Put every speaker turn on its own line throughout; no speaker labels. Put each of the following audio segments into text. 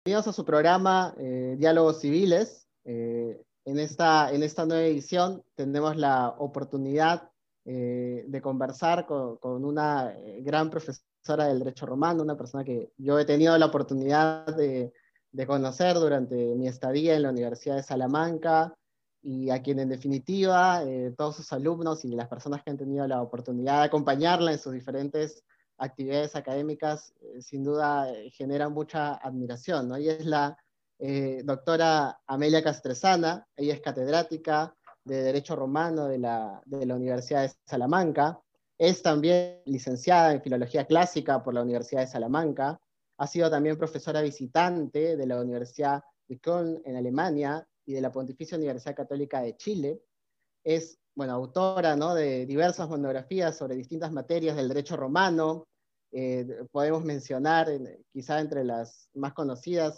Bienvenidos a su programa Diálogos Civiles. En esta nueva edición tenemos la oportunidad de conversar con una gran profesora del derecho romano, una persona que yo he tenido la oportunidad de conocer durante mi estadía en la Universidad de Salamanca, y a quien en definitiva todos sus alumnos y las personas que han tenido la oportunidad de acompañarla en sus diferentes actividades académicas, sin duda generan mucha admiración, ¿no? Ella es la doctora Amelia Castresana. Ella es catedrática de Derecho Romano de la Universidad de Salamanca. Es también licenciada en Filología Clásica por la Universidad de Salamanca. Ha sido también profesora visitante de la Universidad de Köln en Alemania y de la Pontificia Universidad Católica de Chile. Es, bueno, autora, ¿no?, de diversas monografías sobre distintas materias del derecho romano. Podemos mencionar, quizá entre las más conocidas,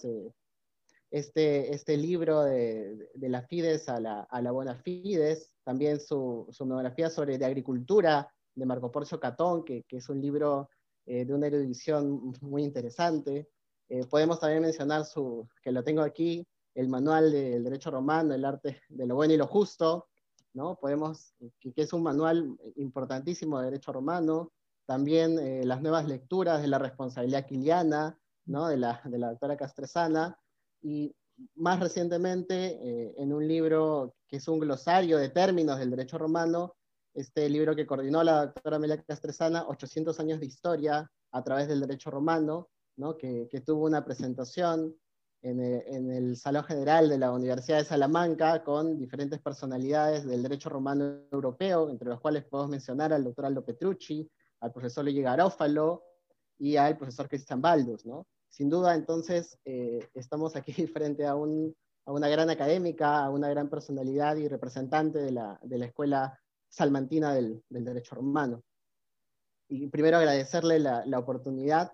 este libro de la Fides a la Bona Fides, también su monografía sobre de agricultura de Marco Porcio Catón, que es un libro de una erudición muy interesante. Podemos también mencionar que lo tengo aquí, el manual del derecho romano, el arte de lo bueno y lo justo, ¿no? Que es un manual importantísimo de derecho romano. También las nuevas lecturas de la responsabilidad quiliana, ¿no?, de la doctora Castresana. Y más recientemente, en un libro que es un glosario de términos del derecho romano, este libro que coordinó la doctora Amelia Castresana, 800 años de historia a través del derecho romano, ¿no?, que tuvo una presentación en el Salón General de la Universidad de Salamanca con diferentes personalidades del derecho romano europeo, entre los cuales podemos mencionar al doctor Aldo Petrucci, al profesor Luigi Garófalo y al profesor Cristian Baldus, ¿no? Sin duda, entonces, estamos aquí frente a una gran académica, a una gran personalidad y representante de la escuela salmantina del derecho romano. Y primero agradecerle la oportunidad.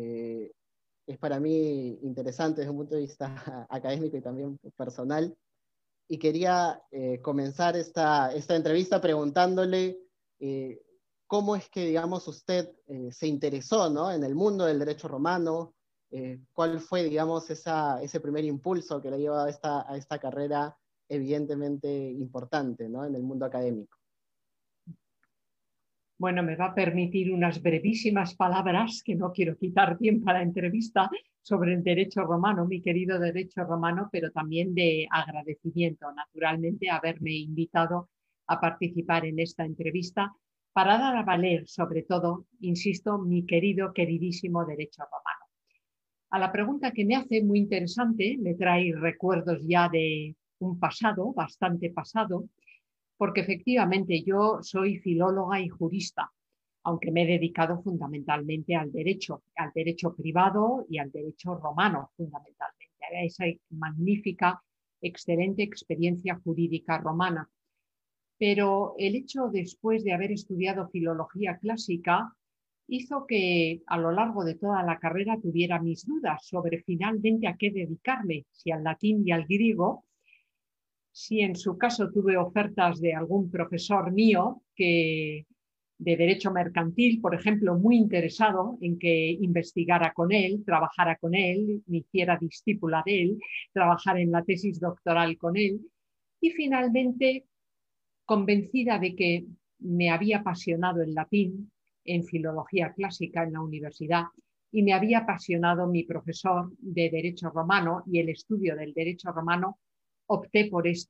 Es para mí interesante desde un punto de vista académico y también personal. Y quería comenzar esta entrevista preguntándole cómo es que, digamos, usted se interesó, ¿no?, en el mundo del derecho romano. ¿Cuál fue, digamos, ese primer impulso que le llevó a esta carrera evidentemente importante, ¿no?, en el mundo académico?
Bueno, me va a permitir unas brevísimas palabras, que no quiero quitar tiempo a la entrevista, sobre el derecho romano, mi querido derecho romano, pero también de agradecimiento, naturalmente, haberme invitado a participar en esta entrevista para dar a valer, sobre todo, insisto, mi querido, queridísimo derecho romano. A la pregunta que me hace, muy interesante, me trae recuerdos ya de un pasado, bastante pasado, porque efectivamente yo soy filóloga y jurista, aunque me he dedicado fundamentalmente al derecho privado y al derecho romano, fundamentalmente, a esa magnífica, excelente experiencia jurídica romana. Pero el hecho, después de haber estudiado filología clásica, hizo que a lo largo de toda la carrera tuviera mis dudas sobre finalmente a qué dedicarme, si al latín y al griego. Si en su caso tuve ofertas de algún profesor mío de derecho mercantil, por ejemplo, muy interesado en que investigara con él, trabajara con él, me hiciera discípula de él, trabajar en la tesis doctoral con él. Y finalmente, convencida de que me había apasionado el latín en filología clásica en la universidad y me había apasionado mi profesor de derecho romano y el estudio del derecho romano, opté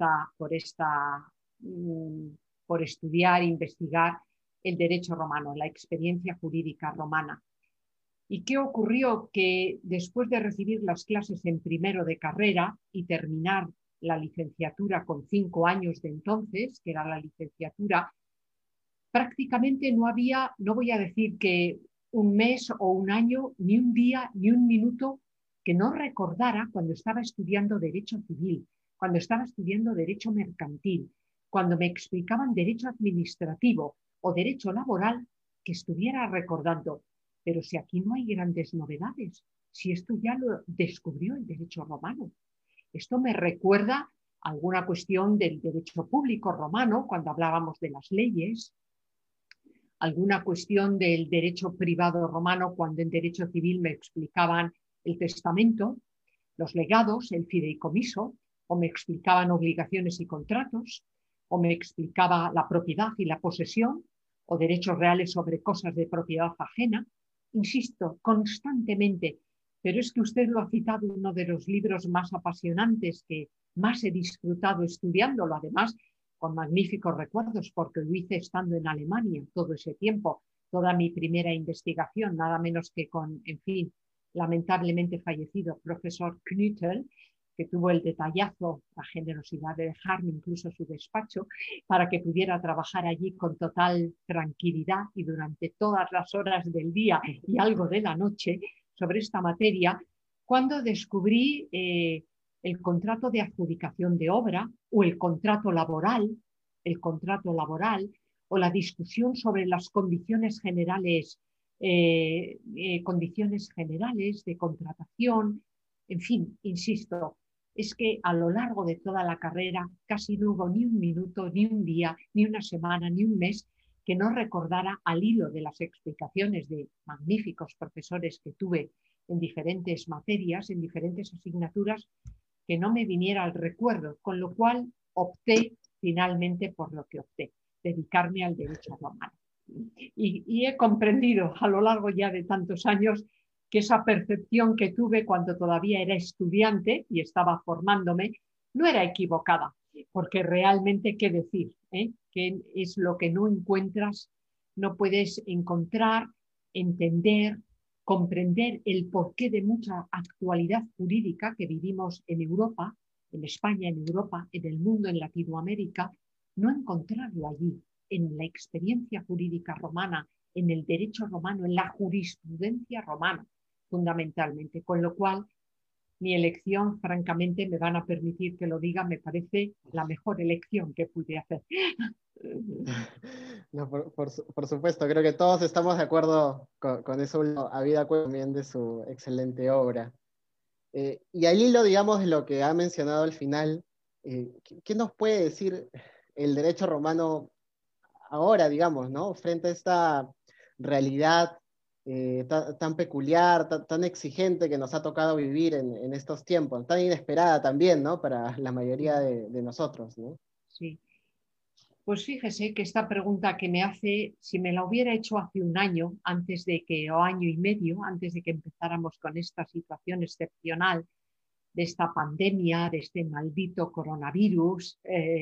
por estudiar, investigar el derecho romano, la experiencia jurídica romana. ¿Y qué ocurrió? Que después de recibir las clases en primero de carrera y terminar la licenciatura con 5 años de entonces, que era la licenciatura, prácticamente no había, no voy a decir que un mes o un año, ni un día, ni un minuto que no recordara cuando estaba estudiando derecho civil, cuando estaba estudiando derecho mercantil, cuando me explicaban derecho administrativo o derecho laboral, que estuviera recordando. Pero si aquí no hay grandes novedades, si esto ya lo descubrió el derecho romano. Esto me recuerda alguna cuestión del derecho público romano, cuando hablábamos de las leyes, alguna cuestión del derecho privado romano, cuando en derecho civil me explicaban el testamento. los legados, el fideicomiso, o me explicaban obligaciones y contratos, o me explicaba la propiedad y la posesión, o derechos reales sobre cosas de propiedad ajena. Insisto, constantemente, pero es que usted lo ha citado, uno de los libros más apasionantes que más he disfrutado estudiándolo, además con magníficos recuerdos, porque lo hice estando en Alemania todo ese tiempo, toda mi primera investigación, nada menos que con, en fin, lamentablemente fallecido profesor Knüttel, que tuvo el detallazo, la generosidad de dejarme incluso su despacho, para que pudiera trabajar allí con total tranquilidad y durante todas las horas del día y algo de la noche sobre esta materia, cuando descubrí el contrato de adjudicación de obra o el contrato laboral o la discusión sobre las condiciones generales de contratación, en fin, insisto, es que a lo largo de toda la carrera casi no hubo ni un minuto, ni un día, ni una semana, ni un mes que no recordara al hilo de las explicaciones de magníficos profesores que tuve en diferentes materias, en diferentes asignaturas, que no me viniera al recuerdo, con lo cual opté finalmente por lo que opté, dedicarme al derecho romano. Y he comprendido a lo largo ya de tantos años que esa percepción que tuve cuando todavía era estudiante y estaba formándome no era equivocada, porque realmente, ¿qué decir? ¿Qué es lo que no encuentras? No puedes encontrar, entender, comprender el porqué de mucha actualidad jurídica que vivimos en Europa, en España, en Europa, en el mundo, en Latinoamérica, no encontrarlo allí, en la experiencia jurídica romana, en el derecho romano, en la jurisprudencia romana, fundamentalmente. Con lo cual, mi elección, francamente, me van a permitir que lo diga, me parece la mejor elección que pude hacer.
No, por supuesto, creo que todos estamos de acuerdo con eso, habida cuenta también de su excelente obra. Y al hilo, digamos, de lo que ha mencionado al final, ¿qué nos puede decir el derecho romano ahora, digamos, ¿no? Frente a esta realidad tan peculiar, tan exigente que nos ha tocado vivir en estos tiempos, tan inesperada también, ¿no? Para la mayoría de nosotros, ¿no?
Sí. Pues fíjese que esta pregunta que me hace, si me la hubiera hecho hace un año, o año y medio, antes de que empezáramos con esta situación excepcional de esta pandemia, de este maldito coronavirus,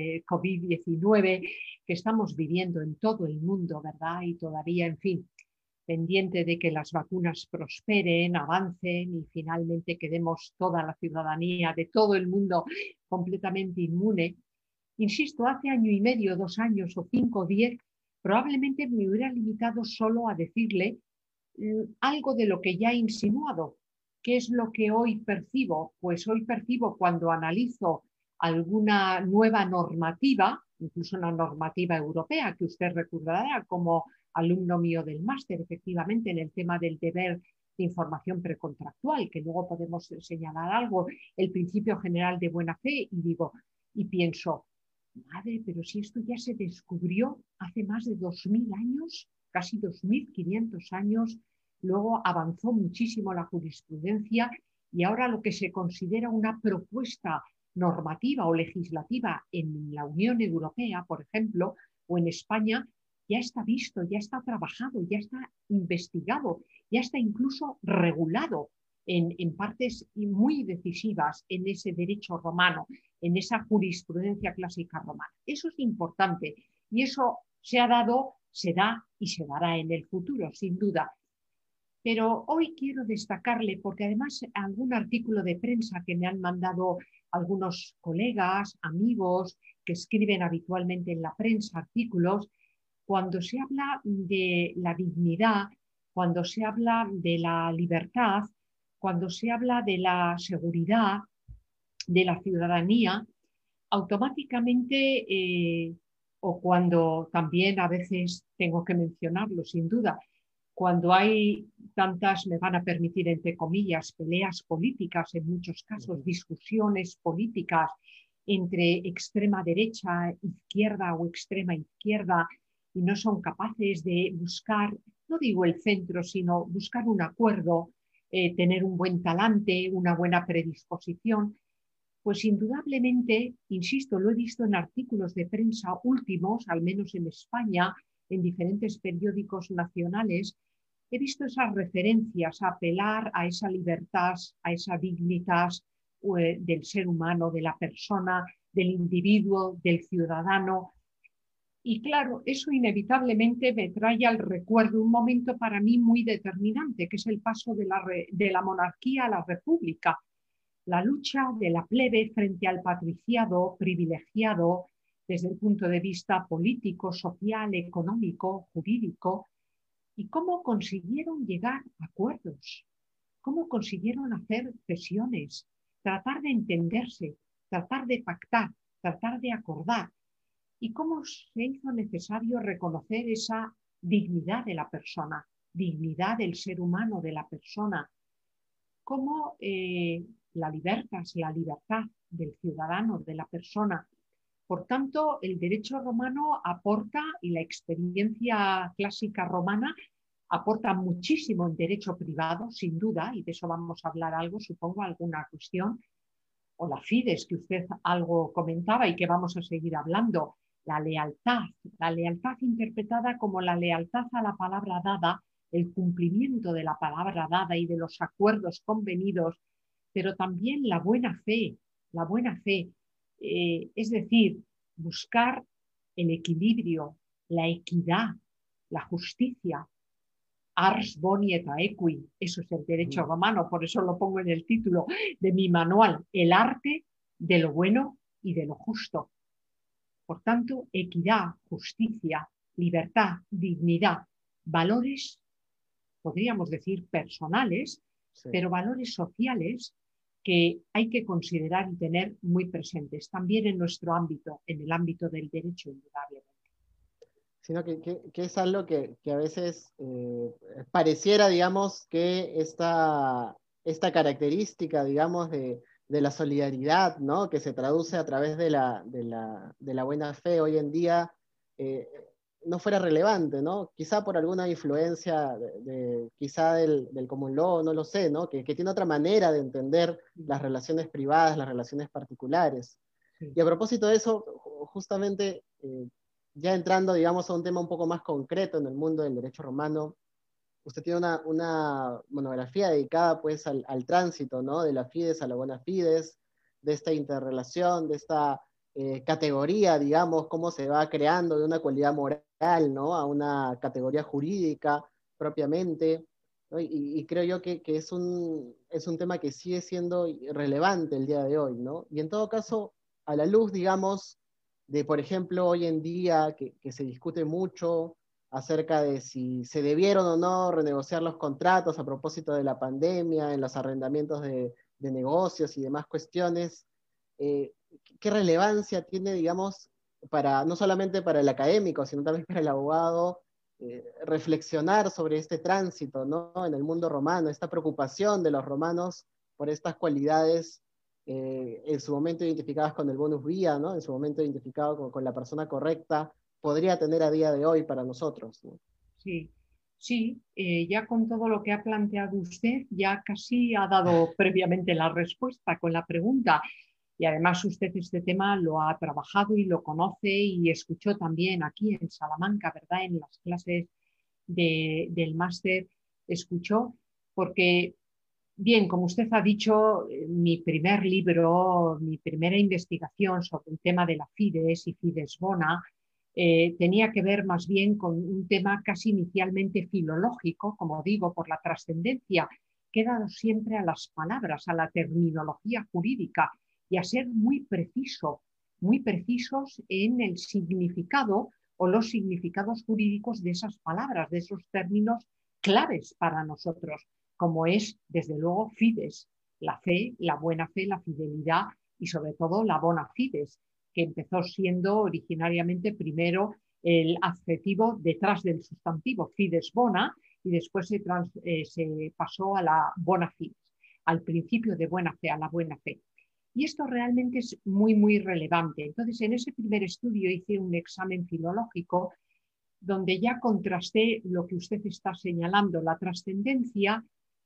COVID-19, que estamos viviendo en todo el mundo, ¿verdad? Y todavía, en fin, pendiente de que las vacunas prosperen, avancen y finalmente quedemos toda la ciudadanía de todo el mundo completamente inmune. Insisto, hace año y medio, 2 años o 5 o 10, probablemente me hubiera limitado solo a decirle algo de lo que ya he insinuado. ¿Qué es lo que hoy percibo? Pues hoy percibo cuando analizo alguna nueva normativa, incluso una normativa europea, que usted recordará como alumno mío del máster, efectivamente, en el tema del deber de información precontractual, que luego podemos señalar algo, el principio general de buena fe, y digo, y pienso, madre, pero si esto ya se descubrió hace más de 2000 años, casi 2500 años, luego avanzó muchísimo la jurisprudencia y ahora lo que se considera una propuesta normativa o legislativa en la Unión Europea, por ejemplo, o en España, ya está visto, ya está trabajado, ya está investigado, ya está incluso regulado en partes muy decisivas en ese derecho romano, en esa jurisprudencia clásica romana. Eso es importante y eso se ha dado, se da y se dará en el futuro, sin duda. Pero hoy quiero destacarle, porque además algún artículo de prensa que me han mandado algunos colegas, amigos, que escriben habitualmente en la prensa artículos, cuando se habla de la dignidad, cuando se habla de la libertad, cuando se habla de la seguridad, de la ciudadanía, automáticamente, o cuando también a veces tengo que mencionarlo sin duda, cuando hay tantas, me van a permitir entre comillas, peleas políticas, en muchos casos discusiones políticas entre extrema derecha, izquierda o extrema izquierda, y no son capaces de buscar, no digo el centro, sino buscar un acuerdo, tener un buen talante, una buena predisposición. Pues indudablemente, insisto, lo he visto en artículos de prensa últimos, al menos en España, en diferentes periódicos nacionales, he visto esas referencias a apelar a esa libertad, a esa dignitas del ser humano, de la persona, del individuo, del ciudadano. Y claro, eso inevitablemente me trae al recuerdo un momento para mí muy determinante, que es el paso de la monarquía a la república, la lucha de la plebe frente al patriciado privilegiado desde el punto de vista político, social, económico, jurídico, y cómo consiguieron llegar a acuerdos, cómo consiguieron hacer cesiones, tratar de entenderse, tratar de pactar, tratar de acordar, y cómo se hizo necesario reconocer esa dignidad de la persona, dignidad del ser humano, de la persona, cómo la libertad del ciudadano, de la persona. Por tanto, el derecho romano aporta, y la experiencia clásica romana aporta muchísimo en derecho privado, sin duda, y de eso vamos a hablar algo, supongo, alguna cuestión, o la fides, que usted algo comentaba y que vamos a seguir hablando, la lealtad interpretada como la lealtad a la palabra dada, el cumplimiento de la palabra dada y de los acuerdos convenidos, pero también la buena fe, es decir, buscar el equilibrio, la equidad, la justicia. Ars boni et aequi, eso es el derecho romano, por eso lo pongo en el título de mi manual, el arte de lo bueno y de lo justo. Por tanto, equidad, justicia, libertad, dignidad, valores, podríamos decir personales,
Sí.
pero valores sociales que hay que considerar y tener muy presentes, también en nuestro ámbito, en el ámbito del derecho, indudablemente.
Sino que es algo que a veces pareciera, digamos, que esta característica, digamos, de la solidaridad, ¿no? Que se traduce a través de la buena fe hoy en día, eh, no fuera relevante, ¿no? Quizá por alguna influencia quizá del common law, no lo sé, ¿no? Que tiene otra manera de entender las relaciones privadas, las relaciones particulares.
Sí.
Y a propósito de eso, justamente, ya entrando, digamos, a un tema un poco más concreto en el mundo del derecho romano, usted tiene una monografía dedicada, pues, al tránsito, ¿no? De la fides a la bona fides, de esta interrelación, de esta categoría, digamos, cómo se va creando de una cualidad moral, ¿no? A una categoría jurídica propiamente, ¿no? Y creo yo que es un tema que sigue siendo relevante el día de hoy, ¿no? Y en todo caso, a la luz, digamos, de, por ejemplo, hoy en día que se discute mucho acerca de si se debieron o no renegociar los contratos a propósito de la pandemia, en los arrendamientos de negocios y demás cuestiones, eh, ¿qué relevancia tiene, digamos, no solamente para el académico, sino también para el abogado, reflexionar sobre este tránsito, ¿no? En el mundo romano, esta preocupación de los romanos por estas cualidades en su momento identificadas con el bonus vía, ¿no? En su momento identificado con la persona correcta, podría tener a día de hoy para nosotros, ¿no?
Sí, sí, ya con todo lo que ha planteado usted, ya casi ha dado previamente la respuesta con la pregunta. Y además usted este tema lo ha trabajado y lo conoce y escuchó también aquí en Salamanca, ¿verdad? En las clases del máster, escuchó, porque, bien, como usted ha dicho, mi primer libro, mi primera investigación sobre el tema de la Fides y Fides Bona, tenía que ver más bien con un tema casi inicialmente filológico, como digo, por la trascendencia que he dado siempre a las palabras, a la terminología jurídica y a ser muy precisos en el significado o los significados jurídicos de esas palabras, de esos términos claves para nosotros, como es, desde luego, fides, la fe, la buena fe, la fidelidad y sobre todo la bona fides, que empezó siendo originariamente primero el adjetivo detrás del sustantivo fides bona y después se pasó a la bona fides, al principio de buena fe, a la buena fe. Y esto realmente es muy, muy relevante. Entonces, en ese primer estudio hice un examen filológico donde ya contrasté lo que usted está señalando, la trascendencia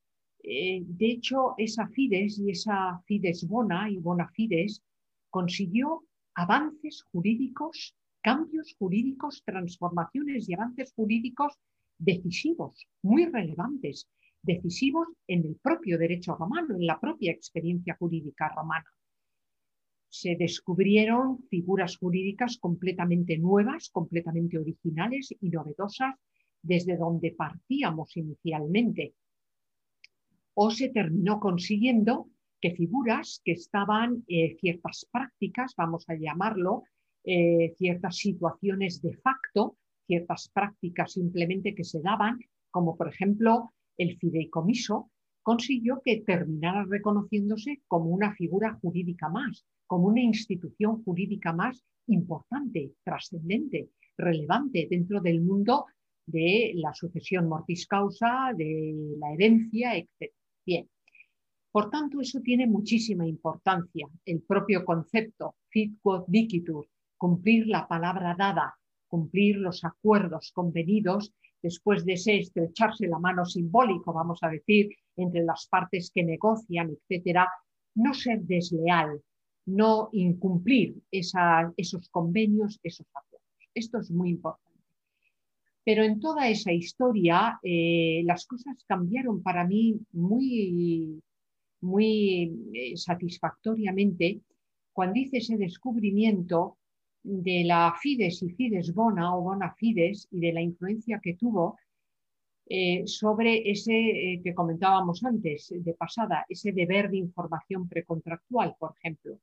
De hecho, esa Fides y esa Fides Bona y Bona Fides consiguió avances jurídicos, cambios jurídicos, transformaciones y avances jurídicos decisivos, muy relevantes, decisivos en el propio derecho romano, en la propia experiencia jurídica romana. Se descubrieron figuras jurídicas completamente nuevas, completamente originales y novedosas desde donde partíamos inicialmente. O se terminó consiguiendo que figuras que estaban, ciertas prácticas, vamos a llamarlo, ciertas situaciones de facto, ciertas prácticas simplemente que se daban, como por ejemplo el fideicomiso, consiguió que terminara reconociéndose como una figura jurídica más, como una institución jurídica más importante, trascendente, relevante dentro del mundo de la sucesión mortis causa, de la herencia, etc. Bien, por tanto, eso tiene muchísima importancia. El propio concepto, fit quod dicitur, cumplir la palabra dada, cumplir los acuerdos convenidos, después de ese estrecharse la mano simbólico, vamos a decir, entre las partes que negocian, etcétera, no ser desleal, no incumplir esos convenios, esos acuerdos. Esto es muy importante. Pero en toda esa historia las cosas cambiaron para mí muy satisfactoriamente cuando hice ese descubrimiento de la Fides y Fides Bona o Bona Fides y de la influencia que tuvo sobre ese que comentábamos antes de pasada, ese deber de información precontractual, por ejemplo.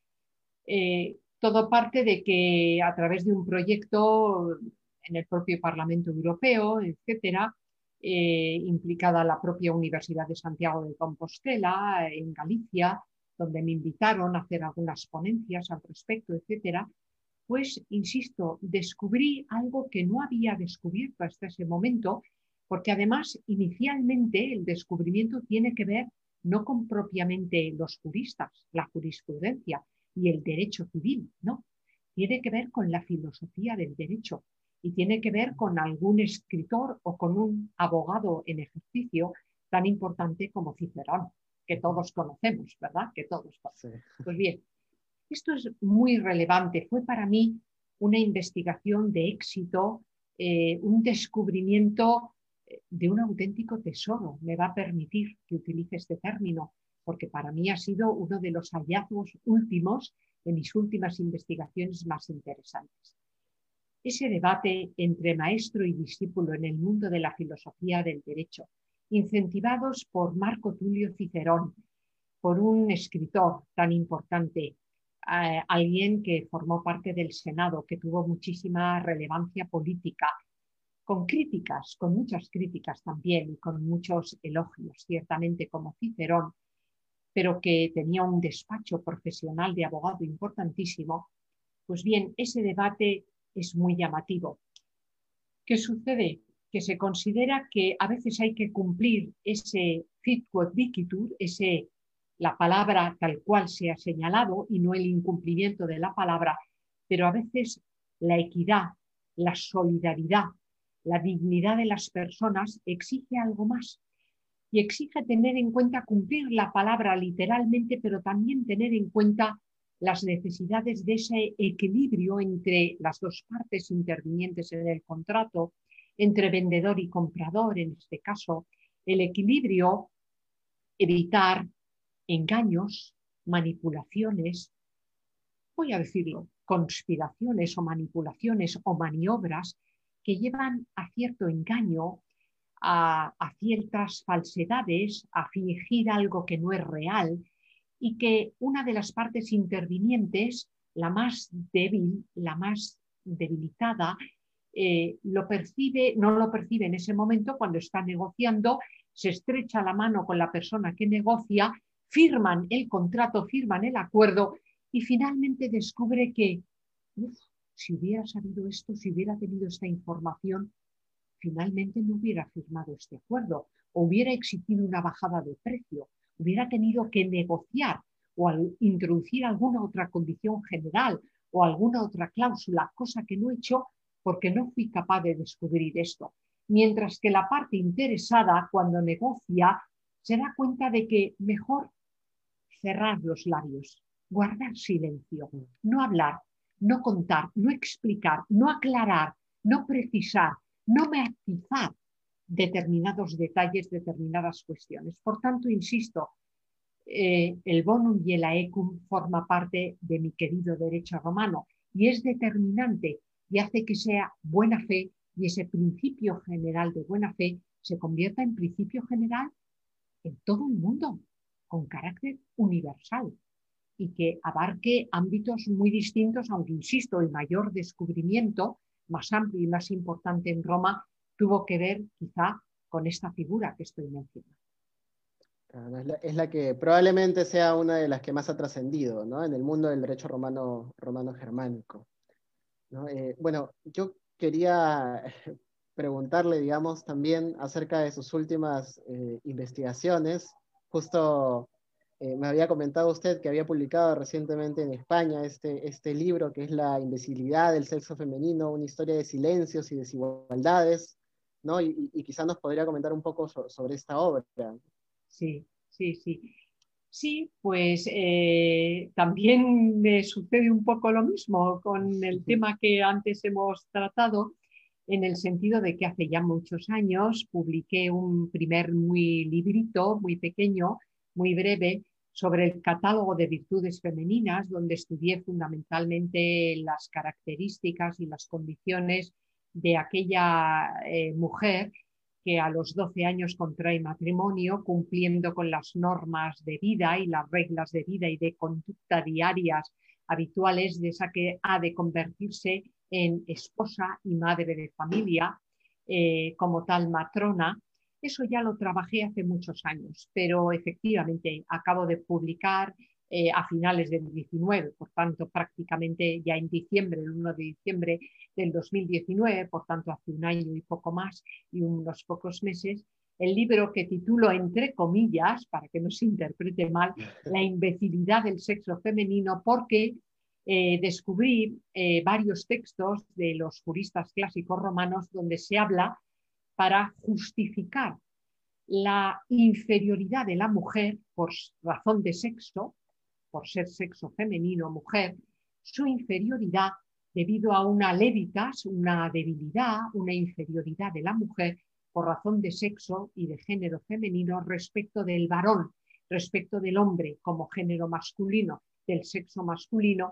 Todo parte de que a través de un proyecto en el propio Parlamento Europeo, etcétera, implicada la propia Universidad de Santiago de Compostela, en Galicia, donde me invitaron a hacer algunas ponencias al respecto, etcétera, pues, insisto, descubrí algo que no había descubierto hasta ese momento, porque además, inicialmente, el descubrimiento tiene que ver no con propiamente los juristas, la jurisprudencia y el derecho civil, no, tiene que ver con la filosofía del derecho y tiene que ver con algún escritor o con un abogado en ejercicio tan importante como Cicerón, que todos conocemos, ¿verdad? Que todos conocemos. Sí. Pues bien, esto es muy relevante. Fue para mí una investigación de éxito, un descubrimiento de un auténtico tesoro. Me va a permitir que utilice este término, porque para mí ha sido uno de los hallazgos últimos de mis últimas investigaciones más interesantes. Ese debate entre maestro y discípulo en el mundo de la filosofía del derecho, incentivados por Marco Tulio Cicerón, por un escritor tan importante, alguien que formó parte del Senado, que tuvo muchísima relevancia política, con críticas, con muchas críticas también, y con muchos elogios, ciertamente como Cicerón, pero que tenía un despacho profesional de abogado importantísimo. Pues bien, ese debate es muy llamativo. ¿Qué sucede? Que se considera que a veces hay que cumplir ese fit quod dicitur, la palabra tal cual se ha señalado y no el incumplimiento de la palabra, pero a veces la equidad, la solidaridad, la dignidad de las personas exige algo más y exige tener en cuenta cumplir la palabra literalmente, pero también tener en cuenta las necesidades de ese equilibrio entre las dos partes intervinientes en el contrato, entre vendedor y comprador, en este caso, el equilibrio, evitar engaños, manipulaciones, voy a decirlo, conspiraciones o manipulaciones o maniobras que llevan a cierto engaño, a ciertas falsedades, a fingir algo que no es real y que una de las partes intervinientes, la más débil, la más debilitada, no lo percibe en ese momento cuando está negociando, se estrecha la mano con la persona que negocia, firman el contrato, firman el acuerdo y finalmente descubre que si hubiera sabido esto, si hubiera tenido esta información, finalmente no hubiera firmado este acuerdo o hubiera exigido una bajada de precio, hubiera tenido que negociar o introducir alguna otra condición general o alguna otra cláusula, cosa que no he hecho porque no fui capaz de descubrir esto. Mientras que la parte interesada, cuando negocia, se da cuenta de que mejor cerrar los labios, guardar silencio, no hablar, no contar, no explicar, no aclarar, no precisar, no matizar determinados detalles, determinadas cuestiones. Por tanto, insisto, el bonum y el aecum forma parte de mi querido derecho romano y es determinante y hace que sea buena fe y ese principio general de buena fe se convierta en principio general en todo el mundo, con carácter universal y que abarque ámbitos muy distintos, aunque insisto, el mayor descubrimiento más amplio y más importante en Roma tuvo que ver quizá con esta figura que estoy mencionando.
Es la que probablemente sea una de las que más ha trascendido, ¿no?, en el mundo del derecho romano germánico, ¿no? Bueno, yo quería preguntarle, digamos, también acerca de sus últimas investigaciones. Justo me había comentado usted que había publicado recientemente en España este libro que es La invisibilidad del sexo femenino, una historia de silencios y desigualdades, ¿no? Y quizás nos podría comentar un poco sobre esta obra.
Sí, sí, sí. Sí, pues también me sucede un poco lo mismo con el tema que antes hemos tratado, en el sentido de que hace ya muchos años publiqué un primer muy librito, muy pequeño, muy breve, sobre el catálogo de virtudes femeninas, donde estudié fundamentalmente las características y las condiciones de aquella mujer que a los 12 años contrae matrimonio, cumpliendo con las normas de vida y las reglas de vida y de conducta diarias habituales de esa que ha de convertirse en esposa y madre de familia, como tal matrona. Eso ya lo trabajé hace muchos años, pero efectivamente acabo de publicar a finales del 19, por tanto prácticamente ya en diciembre, el 1 de diciembre del 2019, por tanto hace un año y poco más y unos pocos meses, el libro que titulo, entre comillas, para que no se interprete mal, La imbecilidad del sexo femenino, porque descubrí varios textos de los juristas clásicos romanos donde se habla para justificar la inferioridad de la mujer por razón de sexo, por ser sexo femenino, mujer, su inferioridad debido a una levitas, una debilidad, una inferioridad de la mujer por razón de sexo y de género femenino respecto del varón, respecto del hombre como género masculino, del sexo masculino,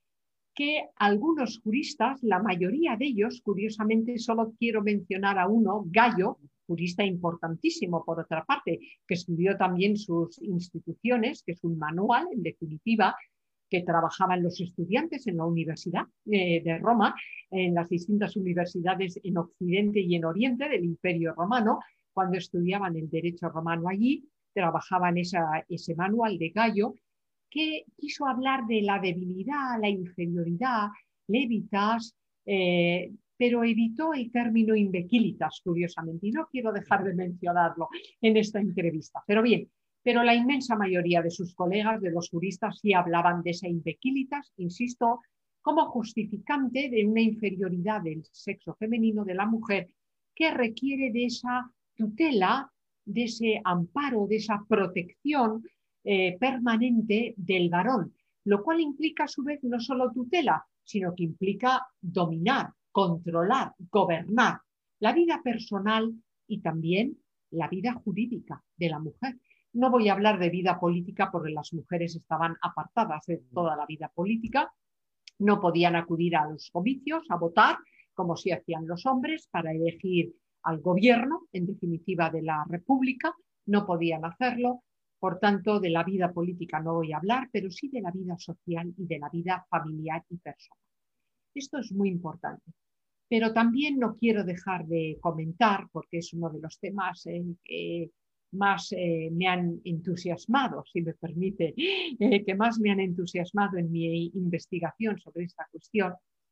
que algunos juristas, la mayoría de ellos, curiosamente solo quiero mencionar a uno, Gallo, jurista importantísimo por otra parte, que estudió también sus instituciones, que es un manual, en definitiva, que trabajaban los estudiantes en la Universidad de Roma, en las distintas universidades en Occidente y en Oriente del Imperio Romano, cuando estudiaban el derecho romano allí, trabajaban ese manual de Gallo, que quiso hablar de la debilidad, la inferioridad, levitas, pero evitó el término imbecilitas, curiosamente, y no quiero dejar de mencionarlo en esta entrevista. Pero bien, pero la inmensa mayoría de sus colegas, de los juristas, sí hablaban de esa imbecilitas, insisto, como justificante de una inferioridad del sexo femenino de la mujer que requiere de esa tutela, de ese amparo, de esa protección permanente del varón, lo cual implica a su vez no solo tutela, sino que implica dominar, controlar, gobernar la vida personal y también la vida jurídica de la mujer. No voy a hablar de vida política porque las mujeres estaban apartadas de toda la vida política, no podían acudir a los comicios a votar, como si hacían los hombres, para elegir al gobierno, en definitiva, de la República, no podían hacerlo. Por tanto, de la vida política no voy a hablar, pero sí de la vida social y de la vida familiar y personal. Esto es muy importante. Pero también no quiero dejar de comentar, porque es uno de los temas que más me han entusiasmado, si me permite, que más me han entusiasmado en mi investigación sobre esta cuestión,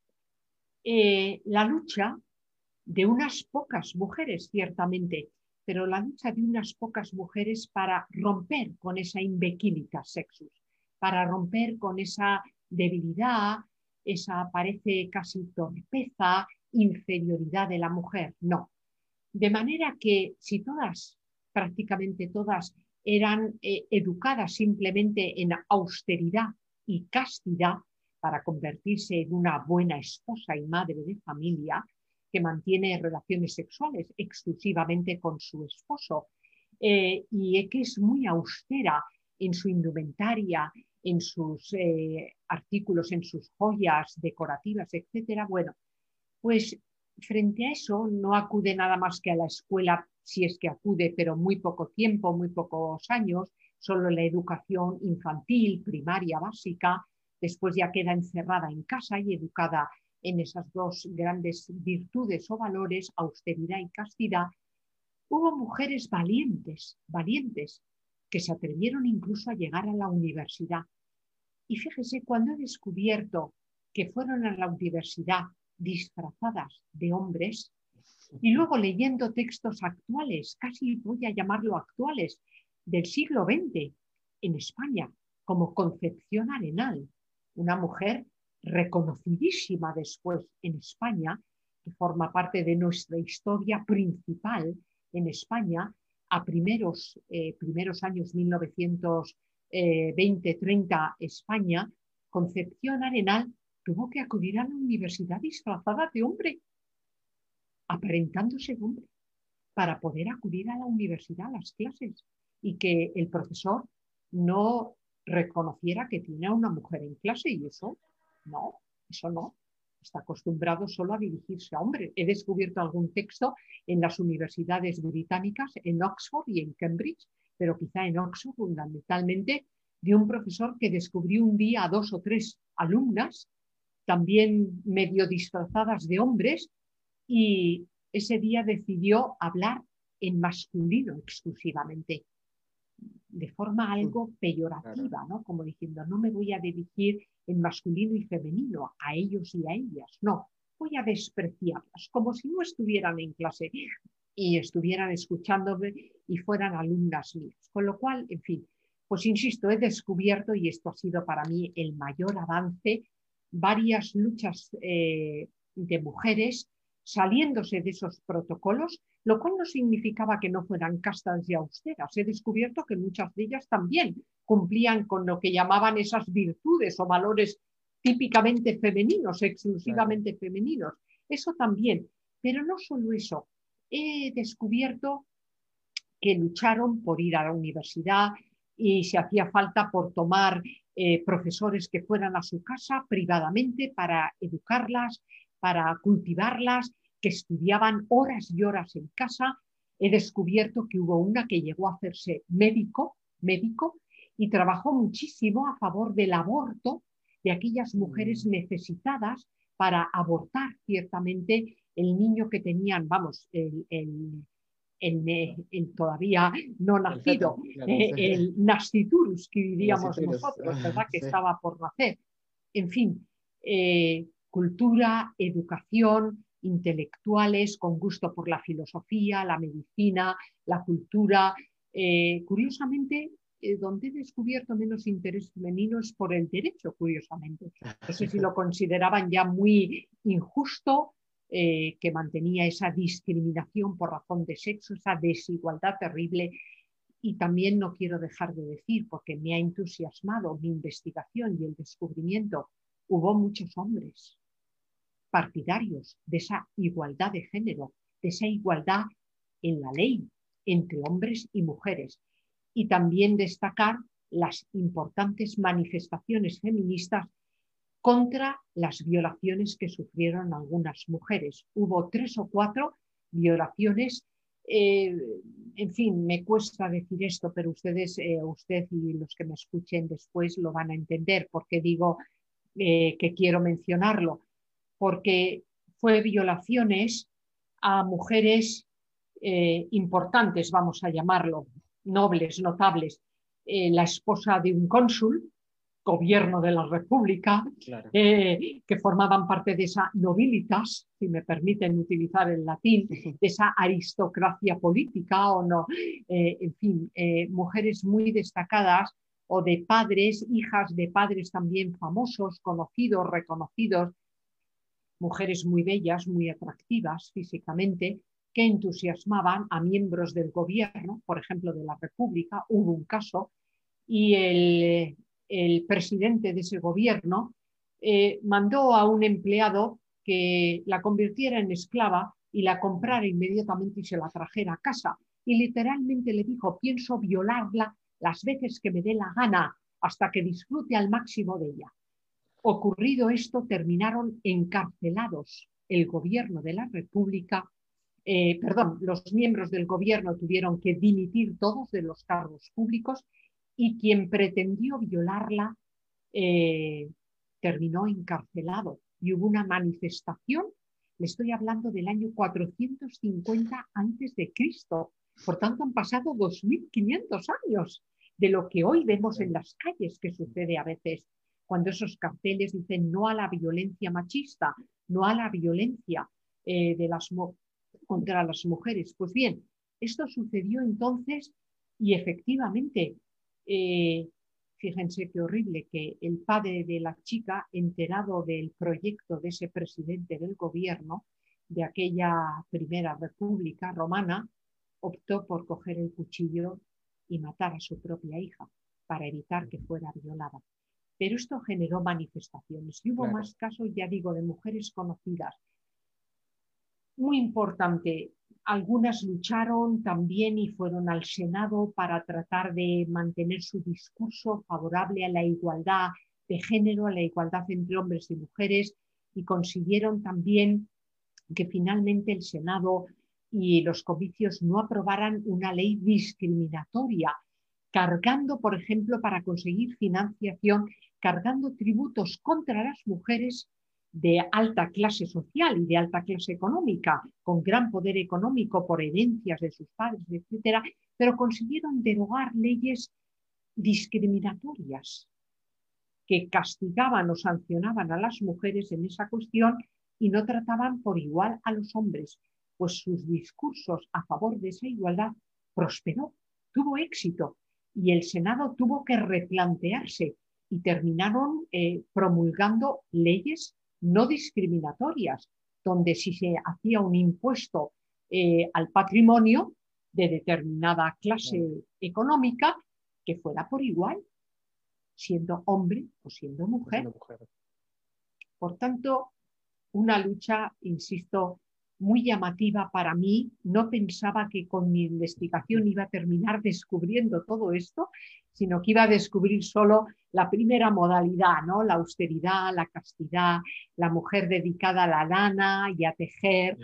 la lucha de unas pocas mujeres, ciertamente, pero la lucha de unas pocas mujeres para romper con esa imbecilita sexus, para romper con esa debilidad, esa parece casi torpeza, inferioridad de la mujer. No. De manera que si todas, prácticamente todas, eran educadas simplemente en austeridad y castidad para convertirse en una buena esposa y madre de familia que mantiene relaciones sexuales exclusivamente con su esposo, y que es muy austera en su indumentaria, en sus artículos, en sus joyas decorativas, etcétera. Bueno, pues frente a eso no acude nada más que a la escuela, si es que acude, pero muy poco tiempo, muy pocos años, solo la educación infantil, primaria, básica. Después ya queda encerrada en casa y educada en esas dos grandes virtudes o valores, austeridad y castidad. Hubo mujeres valientes, valientes, que se atrevieron incluso a llegar a la universidad. Y fíjese, cuando he descubierto que fueron a la universidad disfrazadas de hombres, y luego leyendo textos actuales, casi voy a llamarlo actuales, del siglo XX, en España, como Concepción Arenal, una mujer reconocidísima después en España, que forma parte de nuestra historia principal en España, a primeros años 1920-30 España. Concepción Arenal tuvo que acudir a la universidad disfrazada de hombre, aparentándose hombre, para poder acudir a la universidad, a las clases, y que el profesor no reconociera que tiene a una mujer en clase, y eso no, está acostumbrado solo a dirigirse a hombres. He descubierto algún texto en las universidades británicas, en Oxford y en Cambridge, pero quizá en Oxford fundamentalmente, de un profesor que descubrió un día a 2 o 3 alumnas, también medio disfrazadas de hombres, y ese día decidió hablar en masculino exclusivamente, de forma algo peyorativa, ¿no? Como diciendo, no me voy a dirigir en masculino y femenino a ellos y a ellas, no, voy a despreciarlas, como si no estuvieran en clase y estuvieran escuchándome y fueran alumnas mías. Con lo cual, en fin, pues insisto, he descubierto, y esto ha sido para mí el mayor avance, varias luchas de mujeres saliéndose de esos protocolos, lo cual no significaba que no fueran castas y austeras. He descubierto que muchas de ellas también cumplían con lo que llamaban esas virtudes o valores típicamente femeninos, exclusivamente femeninos. Eso también, pero no solo eso. He descubierto que lucharon por ir a la universidad y si hacía falta por tomar profesores que fueran a su casa privadamente para educarlas, para cultivarlas, que estudiaban horas y horas en casa. He descubierto que hubo una que llegó a hacerse médico y trabajó muchísimo a favor del aborto de aquellas mujeres necesitadas para abortar ciertamente el niño que tenían, vamos, el todavía no nacido, el nasciturus, que diríamos nosotros, ¿verdad? Que estaba por nacer. En fin, cultura, educación, intelectuales con gusto por la filosofía, la medicina, la cultura. Curiosamente, donde he descubierto menos interés femenino es por el derecho, curiosamente. No sé si lo consideraban ya muy injusto, que mantenía esa discriminación por razón de sexo, esa desigualdad terrible. Y también no quiero dejar de decir, porque me ha entusiasmado mi investigación y el descubrimiento, hubo muchos hombres partidarios de esa igualdad de género, de esa igualdad en la ley entre hombres y mujeres. Y también destacar las importantes manifestaciones feministas contra las violaciones que sufrieron algunas mujeres. Hubo 3 o 4 violaciones. En fin, me cuesta decir esto, pero ustedes, usted y los que me escuchen después lo van a entender porque digo que quiero mencionarlo, porque fue violaciones a mujeres importantes, vamos a llamarlo, nobles, notables. La esposa de un cónsul, gobierno de la República, que formaban parte de esa nobilitas, si me permiten utilizar el latín, de esa aristocracia política o no, en fin, mujeres muy destacadas o de padres, hijas de padres también famosos, conocidos, reconocidos, mujeres muy bellas, muy atractivas físicamente, que entusiasmaban a miembros del gobierno, por ejemplo, de la República. Hubo un caso y el presidente de ese gobierno mandó a un empleado que la convirtiera en esclava y la comprara inmediatamente y se la trajera a casa. Y literalmente le dijo: pienso violarla las veces que me dé la gana hasta que disfrute al máximo de ella. Ocurrido esto, terminaron encarcelados el gobierno de la República, los miembros del gobierno tuvieron que dimitir todos de los cargos públicos y quien pretendió violarla terminó encarcelado. Y hubo una manifestación, le estoy hablando del año 450 antes de Cristo. Por tanto, han pasado 2500 años de lo que hoy vemos en las calles, que sucede a veces cuando esos carteles dicen no a la violencia machista, no a la violencia contra las mujeres. Pues bien, esto sucedió entonces y efectivamente, fíjense qué horrible que el padre de la chica, enterado del proyecto de ese presidente del gobierno de aquella primera república romana, optó por coger el cuchillo y matar a su propia hija para evitar que fuera violada. Pero esto generó manifestaciones y hubo más casos, ya digo, de mujeres conocidas. Muy importante, algunas lucharon también y fueron al Senado para tratar de mantener su discurso favorable a la igualdad de género, a la igualdad entre hombres y mujeres, y consiguieron también que finalmente el Senado y los comicios no aprobaran una ley discriminatoria, cargando, por ejemplo, para conseguir financiación, cargando tributos contra las mujeres de alta clase social y de alta clase económica, con gran poder económico por herencias de sus padres, etcétera, pero consiguieron derogar leyes discriminatorias que castigaban o sancionaban a las mujeres en esa cuestión y no trataban por igual a los hombres, pues sus discursos a favor de esa igualdad prosperó, tuvo éxito, y el Senado tuvo que replantearse y terminaron promulgando leyes no discriminatorias, donde si se hacía un impuesto al patrimonio de determinada clase económica, que fuera por igual, siendo hombre o siendo mujer. Por tanto, una lucha, insisto, muy llamativa para mí. No pensaba que con mi investigación iba a terminar descubriendo todo esto, sino que iba a descubrir solo la primera modalidad, ¿no? La austeridad, la castidad, la mujer dedicada a la lana y a tejer,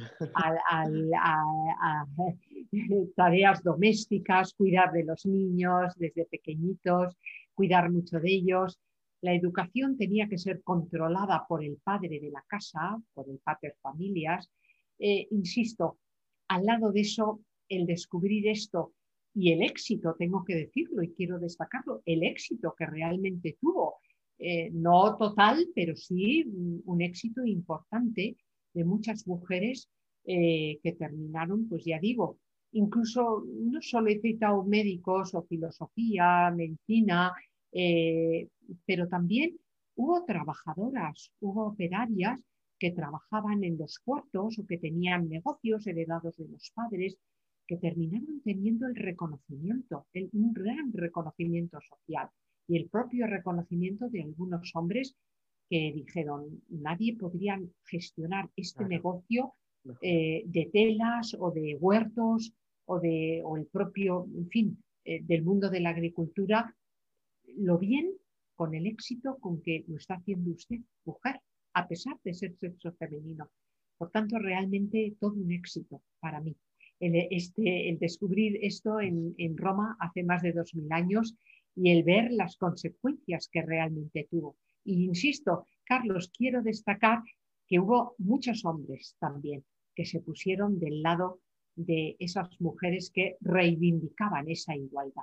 a tareas domésticas, cuidar de los niños desde pequeñitos, cuidar mucho de ellos. La educación tenía que ser controlada por el padre de la casa, por el pater familias. Insisto, al lado de eso, el descubrir esto y el éxito, tengo que decirlo y quiero destacarlo, el éxito que realmente tuvo, no total, pero sí un éxito importante de muchas mujeres que terminaron, pues ya digo, incluso no solo he citado médicos o filosofía, medicina, pero también hubo trabajadoras, hubo operarias que trabajaban en los puertos o que tenían negocios heredados de los padres, que terminaron teniendo el reconocimiento, un gran reconocimiento social y el propio reconocimiento de algunos hombres que dijeron: nadie podría gestionar este negocio de telas o de huertos o el propio, en fin, del mundo de la agricultura, lo bien, con el éxito con que lo está haciendo usted, mujer, a pesar de ser sexo femenino. Por tanto, realmente todo un éxito para mí. El descubrir esto en Roma hace más de 2000 años y el ver las consecuencias que realmente tuvo. Y insisto, Carlos, quiero destacar que hubo muchos hombres también que se pusieron del lado de esas mujeres que reivindicaban esa igualdad.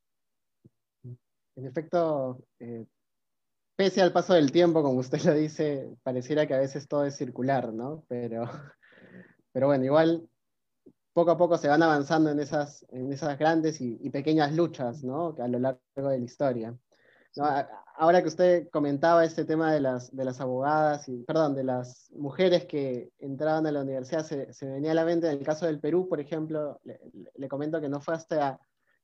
En efecto, pese al paso del tiempo, como usted lo dice, pareciera que a veces todo es circular, ¿no? Pero bueno, igual poco a poco se van avanzando en esas grandes y pequeñas luchas, ¿no? A lo largo de la historia. ¿No? ahora que usted comentaba este tema de las abogadas, perdón, de las mujeres que entraban a la universidad, se me venía a la mente en el caso del Perú, por ejemplo, le comento que no fue hasta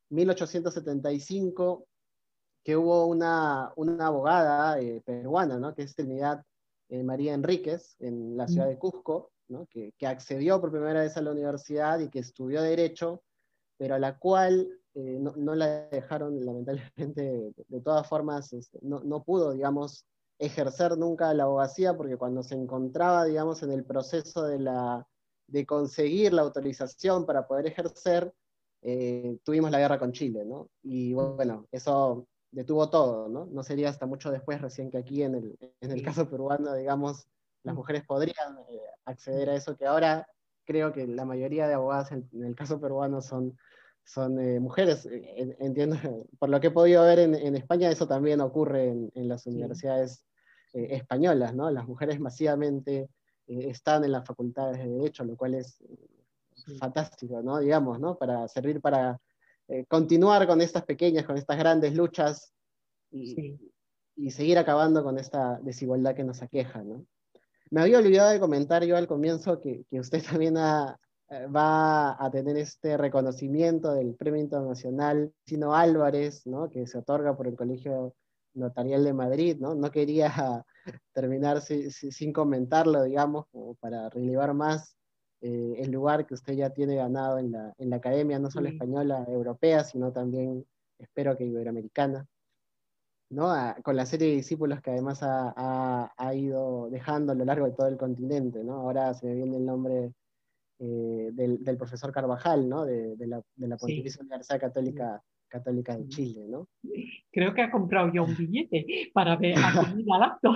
1875 que hubo una abogada peruana, ¿no? Que es Trinidad María Enríquez, en la ciudad de Cusco, ¿no? Que accedió por primera vez a la universidad y que estudió Derecho, pero a la cual no la dejaron, lamentablemente, de todas formas, no pudo, digamos, ejercer nunca la abogacía, porque cuando se encontraba, digamos, en el proceso de conseguir la autorización para poder ejercer, tuvimos la guerra con Chile, ¿no? Y bueno, eso detuvo todo, ¿no? No sería hasta mucho después, recién que aquí en el caso peruano, digamos, las mujeres podrían acceder a eso, que ahora creo que la mayoría de abogadas en el caso peruano son mujeres. Entiendo, por lo que he podido ver en España, eso también ocurre en las universidades españolas, ¿no? Las mujeres masivamente están en las facultades de Derecho, lo cual es fantástico, ¿no? Digamos, ¿no? Para servir para continuar con estas pequeñas, con estas grandes luchas y seguir acabando con esta desigualdad que nos aqueja, ¿no? Me había olvidado de comentar yo al comienzo que usted también va a tener este reconocimiento del Premio Internacional Sino Álvarez, ¿no? Que se otorga por el Colegio Notarial de Madrid, ¿no? No quería terminar sin comentarlo, digamos, como para relevar más el lugar que usted ya tiene ganado en la academia, no solo española, europea, sino también, espero que iberoamericana, ¿no? Con la serie de discípulos que además ha ido dejando a lo largo de todo el continente, ¿no? Ahora se me viene el nombre del profesor Carvajal, ¿no? De la Pontificia Universidad Católica de Chile, ¿no?
Creo que ha comprado ya un billete para acudir al acto.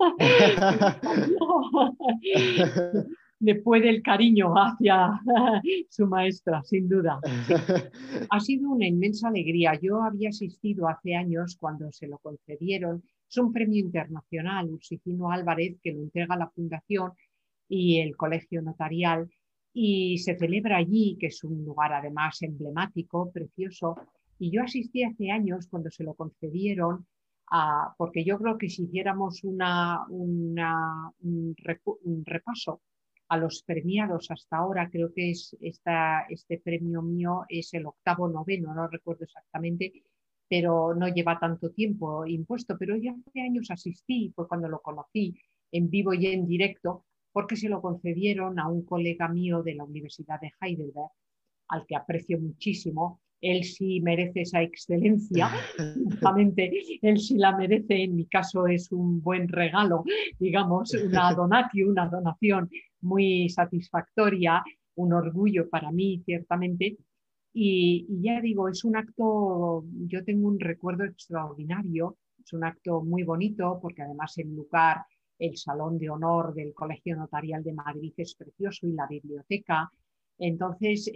Después del cariño hacia su maestra, sin duda. Sí. Ha sido una inmensa alegría. Yo había asistido hace años cuando se lo concedieron. Es un premio internacional, Ursicino Álvarez, que lo entrega la Fundación y el Colegio Notarial, y se celebra allí, que es un lugar además emblemático, precioso. Y yo asistí hace años cuando se lo concedieron, porque yo creo que si hiciéramos un repaso a los premiados hasta ahora, creo que este premio mío es el octavo, noveno, no recuerdo exactamente, pero no lleva tanto tiempo impuesto. Pero yo hace años asistí, fue cuando lo conocí en vivo y en directo, porque se lo concedieron a un colega mío de la Universidad de Heidelberg, al que aprecio muchísimo. Él sí merece esa excelencia, justamente él sí la merece. En mi caso es un buen regalo, digamos, una donatio, una donación muy satisfactoria, un orgullo para mí, ciertamente. Y ya digo, es un acto, yo tengo un recuerdo extraordinario, es un acto muy bonito, porque además el lugar, el Salón de Honor del Colegio Notarial de Madrid es precioso, y la biblioteca. Entonces,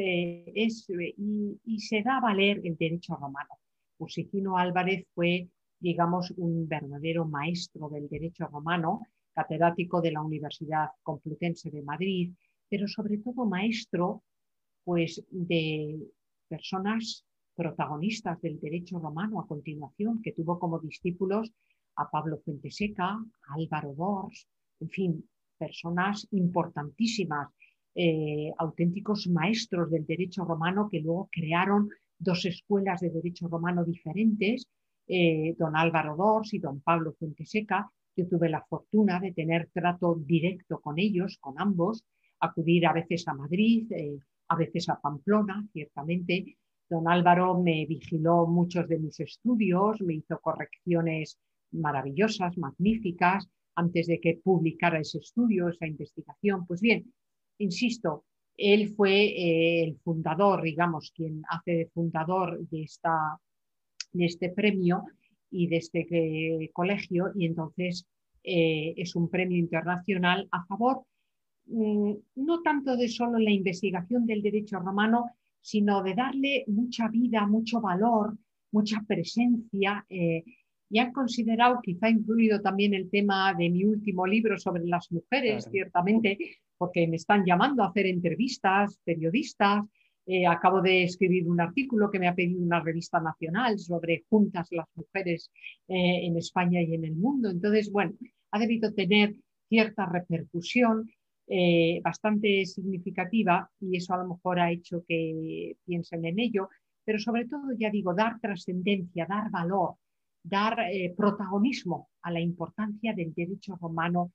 y se da a valer el derecho romano. Ursicino Álvarez fue, digamos, un verdadero maestro del derecho romano, catedrático de la Universidad Complutense de Madrid, pero sobre todo maestro, pues, de personas protagonistas del derecho romano a continuación, que tuvo como discípulos a Pablo Fuenteseca, a Álvaro Dors, en fin, personas importantísimas, auténticos maestros del derecho romano, que luego crearon dos escuelas de derecho romano diferentes, don Álvaro Dors y don Pablo Fuenteseca. Yo tuve la fortuna de tener trato directo con ellos, con ambos, acudir a veces a Madrid, a veces a Pamplona, ciertamente. Don Álvaro me vigiló muchos de mis estudios, me hizo correcciones maravillosas, magníficas, antes de que publicara ese estudio, esa investigación. Pues bien, insisto, él fue el fundador, digamos, quien hace de fundador de este premio y de este colegio, y entonces es un premio internacional a favor no tanto de solo la investigación del derecho romano, sino de darle mucha vida, mucho valor, mucha presencia. Y han considerado, quizá incluido también el tema de mi último libro sobre las mujeres,
Claro.
ciertamente, porque me están llamando a hacer entrevistas, periodistas, Acabo de escribir un artículo que me ha pedido una revista nacional sobre juntas las mujeres en España y en el mundo. Entonces, bueno, ha debido tener cierta repercusión bastante significativa y eso a lo mejor ha hecho que piensen en ello, pero sobre todo, ya digo, dar trascendencia, dar valor, dar protagonismo a la importancia del derecho romano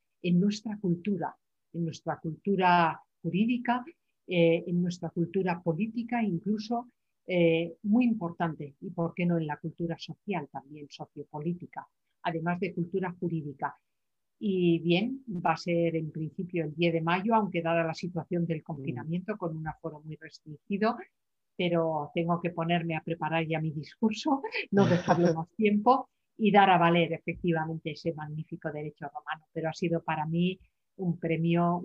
en nuestra cultura jurídica, en nuestra cultura política, incluso muy importante, y por qué no en la cultura social también, sociopolítica, además de cultura jurídica. Y bien, va a ser en principio el 10 de mayo, aunque dada la situación del confinamiento, con un aforo muy restringido, pero tengo que ponerme a preparar ya mi discurso, no dejarlo más tiempo y dar a valer efectivamente ese magnífico derecho romano. Pero ha sido para mí un premio,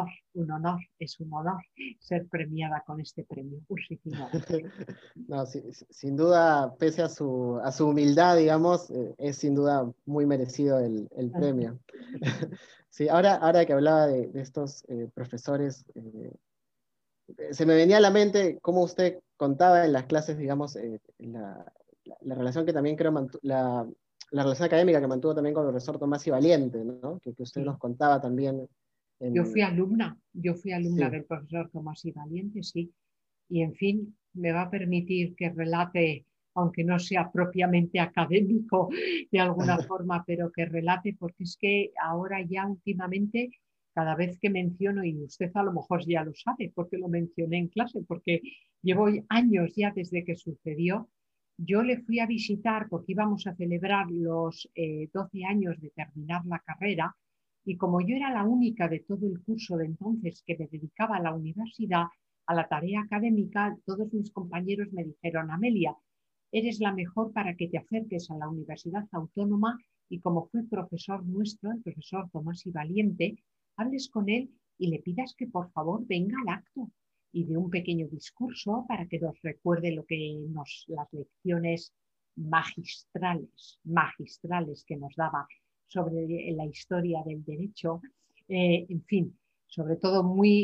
es un honor ser premiada con este premio, Ursicinada.
No, sin duda, pese a su humildad, digamos, es sin duda muy merecido el premio. Sí, ahora que hablaba de estos profesores, se me venía a la mente cómo usted contaba en las clases, digamos, la relación que también creo, la relación académica que mantuvo también con el profesor Tomás y Valiente, ¿no? Que usted
Sí.
nos contaba también.
Yo fui alumna
Sí.
del profesor Tomás y Valiente, sí, y en fin, me va a permitir que relate, aunque no sea propiamente académico de alguna forma, pero que relate, porque es que ahora ya últimamente, cada vez que menciono, y usted a lo mejor ya lo sabe, porque lo mencioné en clase, porque llevo años ya desde que sucedió, yo le fui a visitar porque íbamos a celebrar los 12 años de terminar la carrera, y como yo era la única de todo el curso de entonces que me dedicaba a la universidad, a la tarea académica, todos mis compañeros me dijeron: Amelia, eres la mejor para que te acerques a la Universidad Autónoma y como fue profesor nuestro, el profesor Tomás y Valiente, hables con él y le pidas que por favor venga al acto y dé un pequeño discurso para que nos recuerde las lecciones magistrales que nos daba sobre la historia del derecho, en fin, sobre todo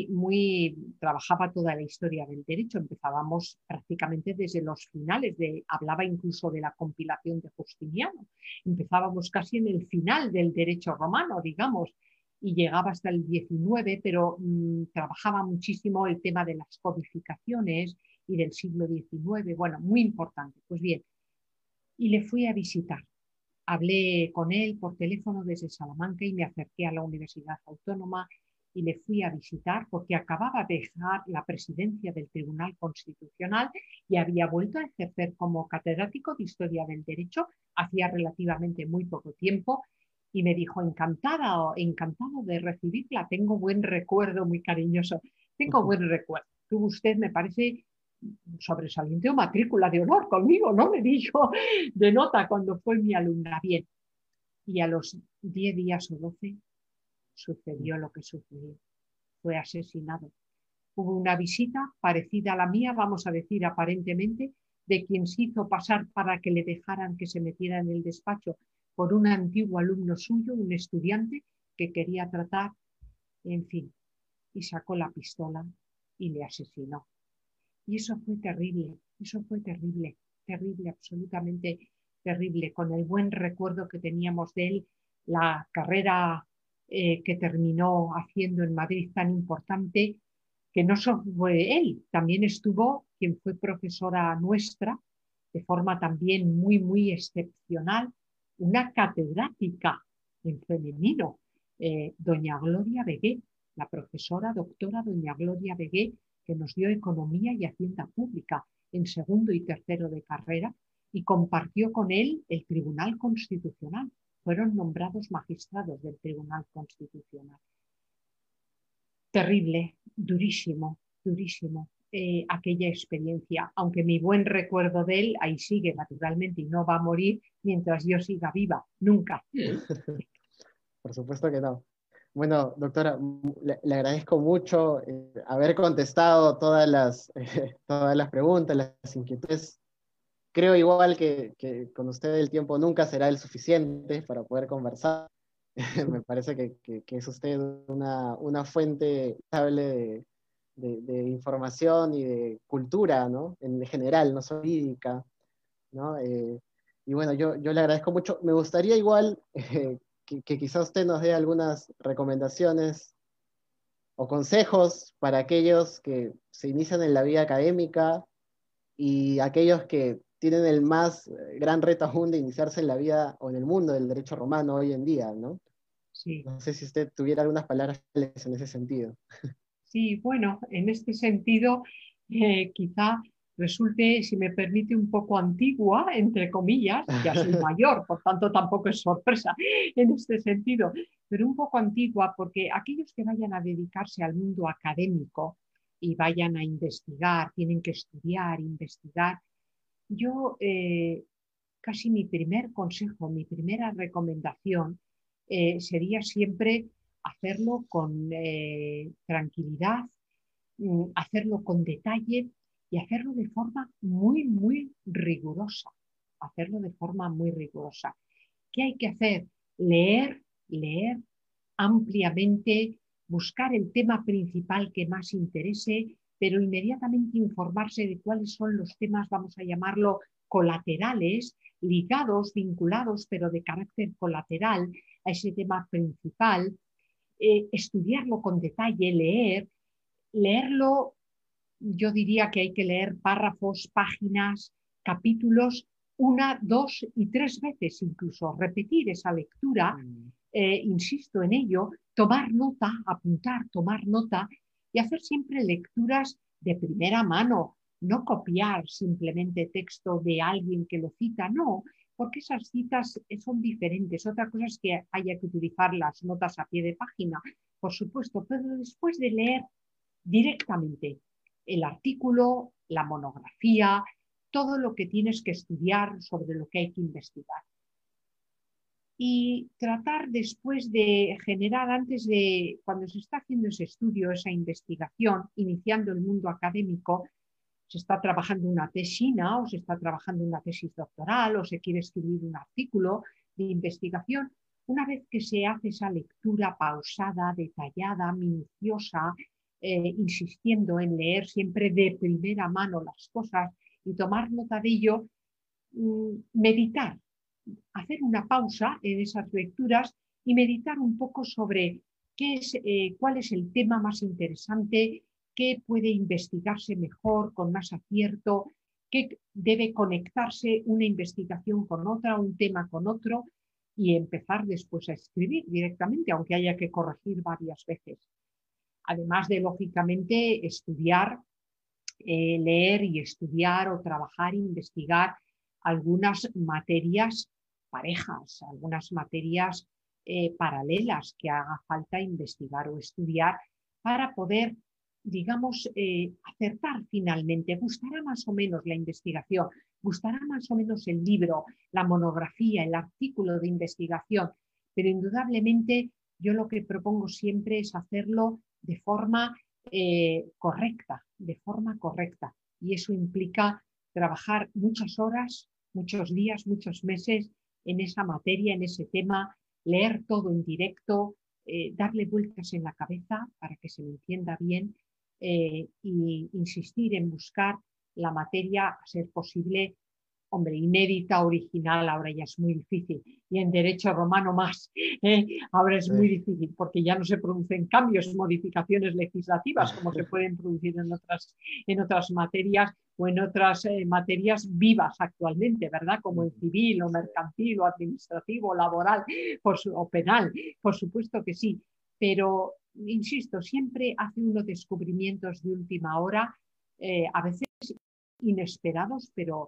trabajaba toda la historia del derecho, empezábamos prácticamente desde los finales, hablaba incluso de la compilación de Justiniano, empezábamos casi en el final del derecho romano, digamos, y llegaba hasta el 19, pero trabajaba muchísimo el tema de las codificaciones y del siglo XIX, bueno, muy importante. Pues bien, y le fui a visitar. Hablé con él por teléfono desde Salamanca y me acerqué a la Universidad Autónoma y le fui a visitar porque acababa de dejar la presidencia del Tribunal Constitucional y había vuelto a ejercer como catedrático de Historia del Derecho hacía relativamente muy poco tiempo y me dijo: encantado de recibirla, tengo buen recuerdo, muy cariñoso, tengo buen recuerdo. Tuvo usted, me parece, sobresaliente o matrícula de honor conmigo, ¿no? Me dijo de nota cuando fue mi alumna. Bien, y a los 10 días o 12 sucedió lo que sucedió. Fue asesinado. Hubo una visita parecida a la mía, vamos a decir aparentemente, de quien se hizo pasar para que le dejaran que se metiera en el despacho por un antiguo alumno suyo, un estudiante que quería tratar, en fin, y sacó la pistola y le asesinó. Y eso fue terrible, terrible, absolutamente terrible, con el buen recuerdo que teníamos de él, la carrera que terminó haciendo en Madrid tan importante, que no solo fue él, también estuvo quien fue profesora nuestra, de forma también muy excepcional, una catedrática en femenino, doña Gloria Begué, la profesora doctora doña Gloria Begué, que nos dio Economía y Hacienda Pública en segundo y tercero de carrera y compartió con él el Tribunal Constitucional. Fueron nombrados magistrados del Tribunal Constitucional. Terrible, durísimo, durísimo aquella experiencia, aunque mi buen recuerdo de él ahí sigue naturalmente y no va a morir mientras yo siga viva, nunca.
Por supuesto que no. Bueno, doctora, le agradezco mucho haber contestado todas las preguntas, las inquietudes. Creo igual que con usted el tiempo nunca será el suficiente para poder conversar. Me parece que es usted una fuente estable de información y de cultura, ¿no? En general, no solo jurídica, ¿no? Y bueno, yo le agradezco mucho. Me gustaría igual que quizás usted nos dé algunas recomendaciones o consejos para aquellos que se inician en la vida académica y aquellos que tienen el más gran reto aún de iniciarse en la vida o en el mundo del derecho romano hoy en día, ¿no?
Sí.
No sé si usted tuviera algunas palabras en ese sentido.
Sí, bueno, en este sentido, quizá resulte, si me permite, un poco antigua, entre comillas, ya soy mayor, por tanto tampoco es sorpresa en este sentido, pero un poco antigua porque aquellos que vayan a dedicarse al mundo académico y vayan a investigar, tienen que estudiar, investigar, yo casi mi primer consejo, mi primera recomendación sería siempre hacerlo con tranquilidad, hacerlo con detalle y hacerlo de forma muy, muy rigurosa. Hacerlo de forma muy rigurosa. ¿Qué hay que hacer? Leer, leer ampliamente, buscar el tema principal que más interese, pero inmediatamente informarse de cuáles son los temas, vamos a llamarlo, colaterales, ligados, vinculados, pero de carácter colateral a ese tema principal, estudiarlo con detalle, leerlo, yo diría que hay que leer párrafos, páginas, capítulos, una, dos y tres veces incluso, repetir esa lectura, insisto en ello, tomar nota, apuntar, tomar nota y hacer siempre lecturas de primera mano, no copiar simplemente texto de alguien que lo cita, no, porque esas citas son diferentes. Otra cosa es que haya que utilizar las notas a pie de página, por supuesto, pero después de leer directamente el artículo, la monografía, todo lo que tienes que estudiar sobre lo que hay que investigar. Y tratar después de generar, antes de, cuando se está haciendo ese estudio, esa investigación, iniciando el mundo académico, se está trabajando una tesina o se está trabajando una tesis doctoral o se quiere escribir un artículo de investigación, una vez que se hace esa lectura pausada, detallada, minuciosa, insistiendo en leer siempre de primera mano las cosas y tomar nota de ello, meditar, hacer una pausa en esas lecturas y meditar un poco sobre cuál es el tema más interesante, qué puede investigarse mejor, con más acierto, qué debe conectarse una investigación con otra, un tema con otro, y empezar después a escribir directamente, aunque haya que corregir varias veces. Además de, lógicamente, estudiar, leer y estudiar o trabajar, investigar algunas materias parejas, algunas materias paralelas que haga falta investigar o estudiar para poder, digamos, acertar finalmente. Gustará más o menos la investigación, gustará más o menos el libro, la monografía, el artículo de investigación, pero indudablemente yo lo que propongo siempre es hacerlo de forma correcta, de forma correcta. Y eso implica trabajar muchas horas, muchos días, muchos meses en esa materia, en ese tema, leer todo en directo, darle vueltas en la cabeza para que se lo entienda bien y insistir en buscar la materia, a ser posible, hombre, inédita, original, ahora ya es muy difícil. Y en derecho romano más, ahora es muy
Sí.
difícil porque ya no se producen cambios, modificaciones legislativas como se pueden producir en otras materias o en otras materias vivas actualmente, ¿verdad? Como el civil o mercantil o administrativo o laboral o penal, por supuesto que sí. Pero, insisto, siempre hace unos descubrimientos de última hora, a veces inesperados, pero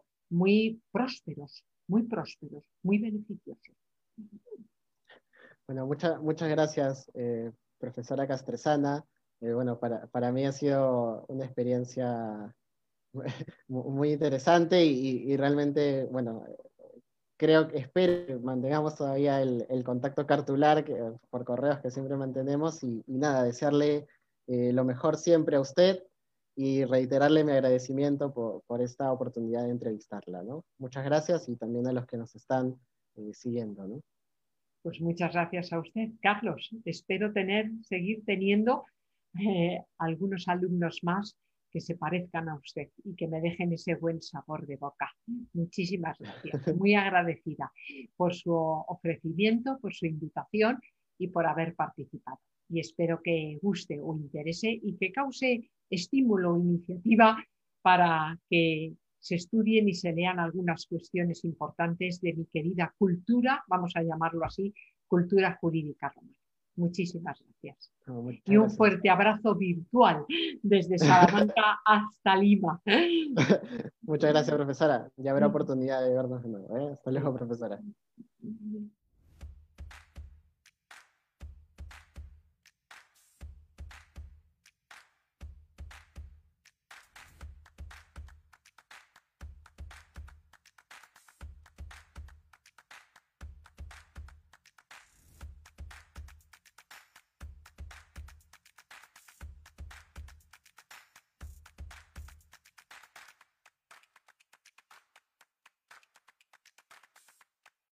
muy prósperos, muy beneficiosos.
Bueno, muchas gracias, profesora Castresana. Bueno, para mí ha sido una experiencia muy interesante y realmente, bueno, espero que mantengamos todavía el contacto cartular por correos que siempre mantenemos y nada, desearle lo mejor siempre a usted y reiterarle mi agradecimiento por esta oportunidad de entrevistarla, ¿no? Muchas gracias y también a los que nos están siguiendo, ¿no?
Pues muchas gracias a usted, Carlos. Espero seguir teniendo algunos alumnos más que se parezcan a usted y que me dejen ese buen sabor de boca. Muchísimas gracias. Muy agradecida por su ofrecimiento, por su invitación y por haber participado. Y espero que guste o interese y que cause estímulo o iniciativa para que se estudien y se lean algunas cuestiones importantes de mi querida cultura, vamos a llamarlo así, cultura jurídica romana. Muchísimas gracias.
No, muchas
Y un
gracias.
fuerte abrazo virtual desde Salamanca hasta Lima.
Muchas gracias, profesora. Ya habrá oportunidad de vernos de nuevo, ¿eh? Hasta luego, profesora.